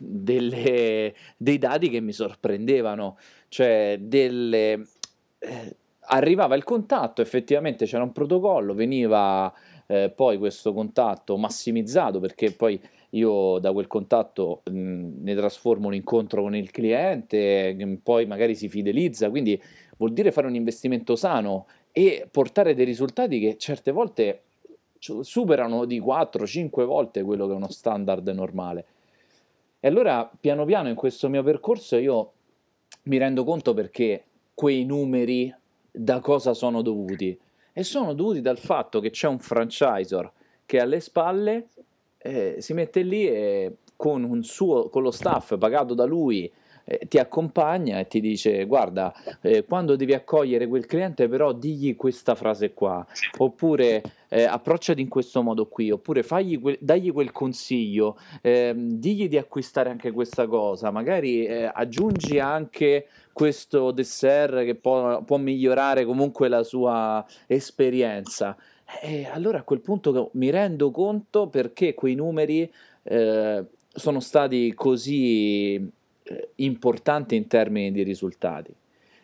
delle, dei dati che mi sorprendevano, cioè delle, eh, arrivava il contatto, effettivamente c'era un protocollo, veniva eh, poi questo contatto massimizzato perché poi io da quel contatto mh, ne trasformo un incontro con il cliente, che poi magari si fidelizza, quindi vuol dire fare un investimento sano e portare dei risultati che certe volte superano di quattro cinque volte quello che è uno standard normale. E allora piano piano in questo mio percorso io mi rendo conto perché quei numeri da cosa sono dovuti. E sono dovuti dal fatto che c'è un franchisor che alle spalle eh, si mette lì e con, un suo, con lo staff pagato da lui eh, ti accompagna e ti dice guarda, eh, quando devi accogliere quel cliente però digli questa frase qua, oppure eh, approcciati in questo modo qui, oppure fagli quel, dagli quel consiglio, ehm, digli di acquistare anche questa cosa, magari eh, aggiungi anche questo dessert che può, può migliorare comunque la sua esperienza. E allora a quel punto mi rendo conto perché quei numeri eh, sono stati così eh, importanti in termini di risultati.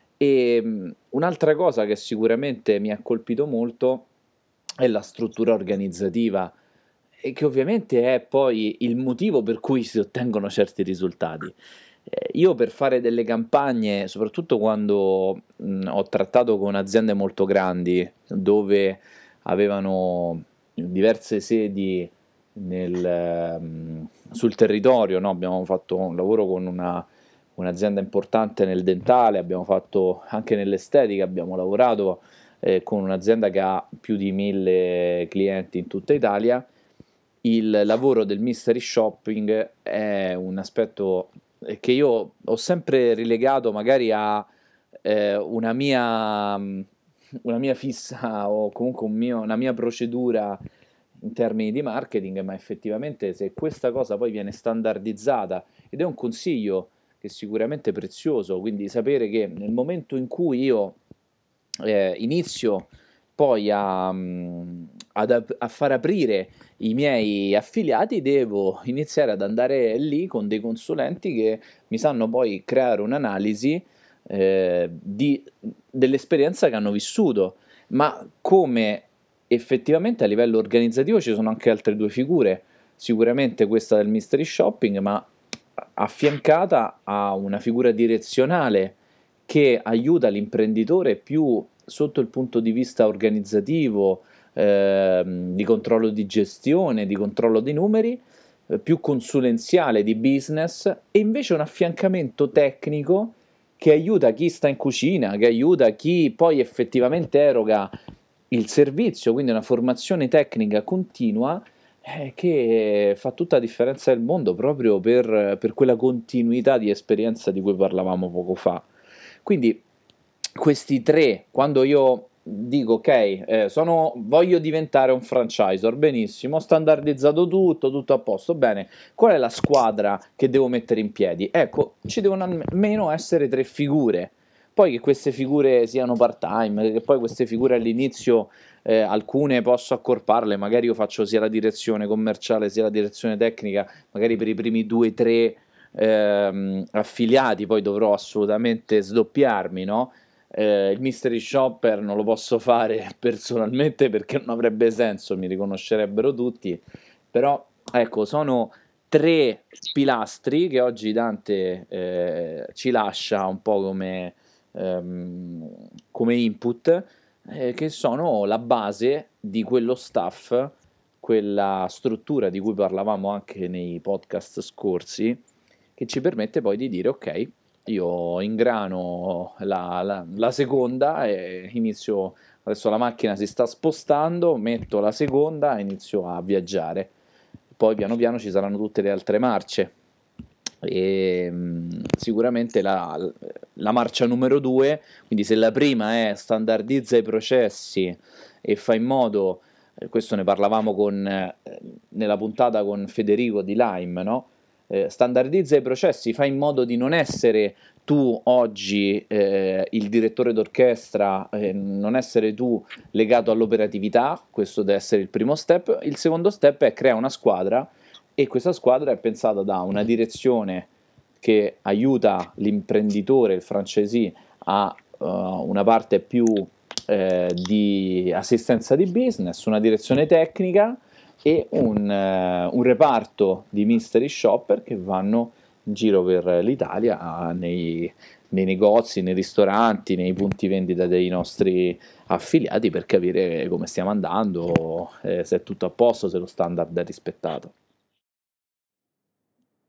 E mh, un'altra cosa che sicuramente mi ha colpito molto è la struttura organizzativa e che ovviamente è poi il motivo per cui si ottengono certi risultati. Eh, io per fare delle campagne, soprattutto quando mh, ho trattato con aziende molto grandi, dove avevano diverse sedi nel, ehm, sul territorio, no? Abbiamo fatto un lavoro con una, un'azienda importante nel dentale, abbiamo fatto anche nell'estetica, abbiamo lavorato eh, con un'azienda che ha più di mille clienti in tutta Italia. Il lavoro del mystery shopping è un aspetto che io ho sempre rilegato magari a eh, una mia, una mia fissa o comunque un mio, una mia procedura in termini di marketing, ma effettivamente se questa cosa poi viene standardizzata, ed è un consiglio che è sicuramente prezioso, quindi sapere che nel momento in cui io eh, inizio poi a, ad, a far aprire i miei affiliati, devo iniziare ad andare lì con dei consulenti che mi sanno poi creare un'analisi eh, di, dell'esperienza che hanno vissuto, ma come effettivamente a livello organizzativo ci sono anche altre due figure, sicuramente questa del mystery shopping, ma affiancata a una figura direzionale che aiuta l'imprenditore più sotto il punto di vista organizzativo, ehm, di controllo di gestione, di controllo dei numeri, eh, più consulenziale di business, e invece un affiancamento tecnico che aiuta chi sta in cucina, che aiuta chi poi effettivamente eroga il servizio, quindi una formazione tecnica continua eh, che fa tutta la differenza del mondo proprio per, per quella continuità di esperienza di cui parlavamo poco fa. Quindi questi tre, quando io dico ok, eh, sono, voglio diventare un franchisor, benissimo, ho standardizzato tutto, tutto a posto, bene, qual è la squadra che devo mettere in piedi? Ecco, ci devono almeno essere tre figure, poi che queste figure siano part time, che poi queste figure all'inizio eh, alcune posso accorparle, magari io faccio sia la direzione commerciale sia la direzione tecnica, magari per i primi due o tre ehm, affiliati, poi dovrò assolutamente sdoppiarmi, no? Eh, il mystery shopper non lo posso fare personalmente perché non avrebbe senso, mi riconoscerebbero tutti, però ecco, sono tre pilastri che oggi Dante eh, ci lascia un po' come, ehm, come input, eh, che sono la base di quello staff, quella struttura di cui parlavamo anche nei podcast scorsi, che ci permette poi di dire ok, io ingrano la, la, la seconda e inizio, adesso la macchina si sta spostando, metto la seconda e inizio a viaggiare, poi piano piano ci saranno tutte le altre marce e mh, sicuramente la, la marcia numero due, quindi se la prima è standardizza i processi e fa in modo, eh, questo ne parlavamo con, eh, nella puntata con Federico di Lime, no? Eh, standardizza i processi, fa in modo di non essere tu oggi eh, il direttore d'orchestra, eh, non essere tu legato all'operatività, questo deve essere il primo step. Il secondo step è creare una squadra, e questa squadra è pensata da una direzione che aiuta l'imprenditore, il franchisee, a uh, una parte più eh, di assistenza di business, una direzione tecnica e un, uh, un reparto di mystery shopper che vanno in giro per l'Italia nei, nei negozi, nei ristoranti, nei punti vendita dei nostri affiliati per capire come stiamo andando, eh, se è tutto a posto, se lo standard è rispettato.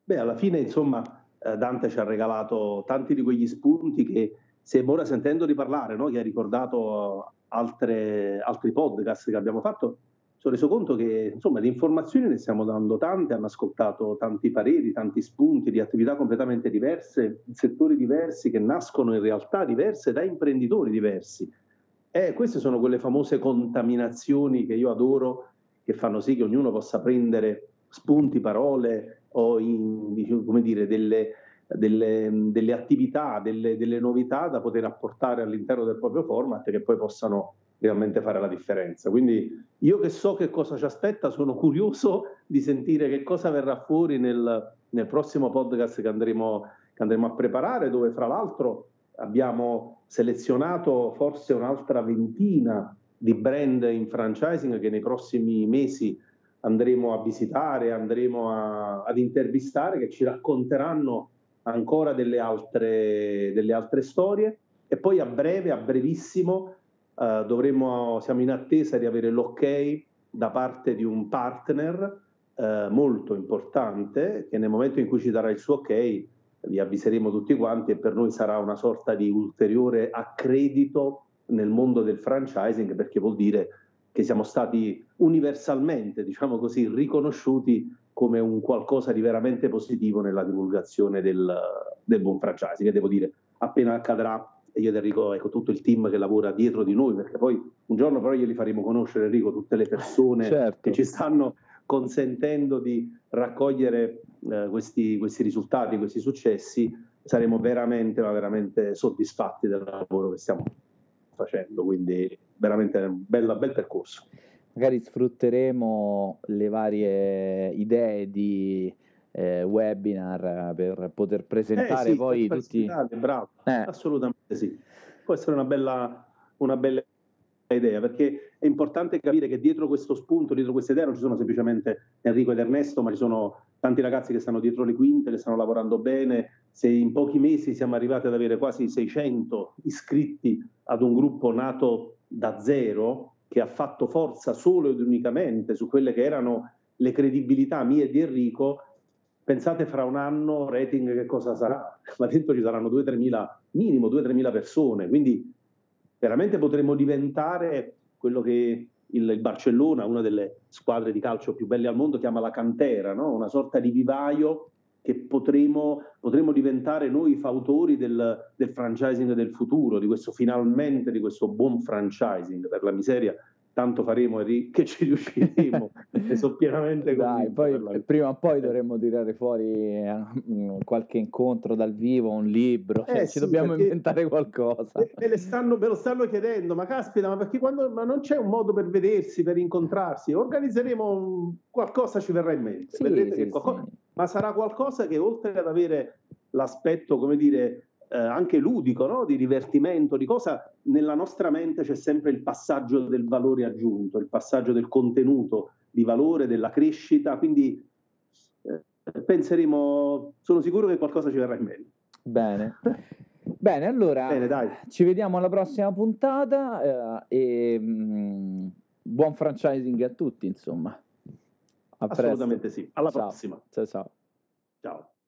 Beh, alla fine, insomma, eh, Dante ci ha regalato tanti di quegli spunti che, se ora sentendo di parlare, no, che ha ricordato altre, altri podcast che abbiamo fatto, sono reso conto che, insomma, di informazioni ne stiamo dando tante, hanno ascoltato tanti pareri, tanti spunti di attività completamente diverse, in settori diversi, che nascono in realtà diverse da imprenditori diversi. E queste sono quelle famose contaminazioni che io adoro, che fanno sì che ognuno possa prendere spunti, parole o in, come dire, delle, delle, delle attività, delle, delle novità da poter apportare all'interno del proprio format, che poi possano realmente fare la differenza. Quindi io, che so che cosa ci aspetta, sono curioso di sentire che cosa verrà fuori nel, nel prossimo podcast che andremo, che andremo a preparare, dove fra l'altro abbiamo selezionato forse un'altra ventina di brand in franchising che nei prossimi mesi andremo a visitare, andremo a, ad intervistare, che ci racconteranno ancora delle altre, delle altre storie, e poi a breve, a brevissimo, Uh, dovremo, siamo in attesa di avere l'ok da parte di un partner uh, molto importante, che nel momento in cui ci darà il suo ok vi avviseremo tutti quanti, e per noi sarà una sorta di ulteriore accredito nel mondo del franchising, perché vuol dire che siamo stati universalmente, diciamo così, riconosciuti come un qualcosa di veramente positivo nella divulgazione del, del buon franchising. E devo dire, appena accadrà, e io ed Enrico, ecco, tutto il team che lavora dietro di noi, perché poi un giorno però glieli faremo conoscere, Enrico, tutte le persone certo. che ci stanno consentendo di raccogliere eh, questi, questi risultati, questi successi. Saremo veramente, ma veramente soddisfatti del lavoro che stiamo facendo, quindi veramente un bel, bel percorso. Magari sfrutteremo le varie idee di Eh, webinar per poter presentare eh sì, poi tutti. Bravo, eh. assolutamente sì. Può essere una bella, una bella idea, perché è importante capire che dietro questo spunto, dietro questa idea, non ci sono semplicemente Enrico ed Ernesto, ma ci sono tanti ragazzi che stanno dietro le quinte, che stanno lavorando bene. Se in pochi mesi siamo arrivati ad avere quasi seicento iscritti ad un gruppo nato da zero, che ha fatto forza solo ed unicamente su quelle che erano le credibilità mie e di Enrico, pensate fra un anno rating che cosa sarà? Ma dentro ci saranno due o tre mila, minimo due o tre mila persone, quindi veramente potremmo diventare quello che il, il Barcellona, una delle squadre di calcio più belle al mondo, chiama la cantera, no? Una sorta di vivaio che potremo, potremo diventare noi fautori del, del franchising del futuro, di questo finalmente, di questo buon franchising. Per la miseria, tanto faremo che ci riusciremo, ne sono pienamente Dai, convinto. poi prima o poi dovremmo tirare fuori uh, qualche incontro dal vivo, un libro, cioè, eh ci sì, dobbiamo inventare qualcosa. Me, le stanno, me lo stanno chiedendo, ma caspita, ma perché quando ma non c'è un modo per vedersi, per incontrarsi? Organizzeremo un, qualcosa, ci verrà in mente. Sì, Vedrete sì, che qualcosa, sì. Ma sarà qualcosa che, oltre ad avere l'aspetto, come dire, eh, anche ludico, no? Di divertimento, di cosa, nella nostra mente c'è sempre il passaggio del valore aggiunto, il passaggio del contenuto di valore, della crescita, quindi eh, penseremo, sono sicuro che qualcosa ci verrà in mente. Bene. Bene, allora Bene, dai. Ci vediamo alla prossima puntata eh, e mh, buon franchising a tutti, insomma. A Assolutamente presto. sì. Alla Ciao. prossima. Ciao ciao. Ciao.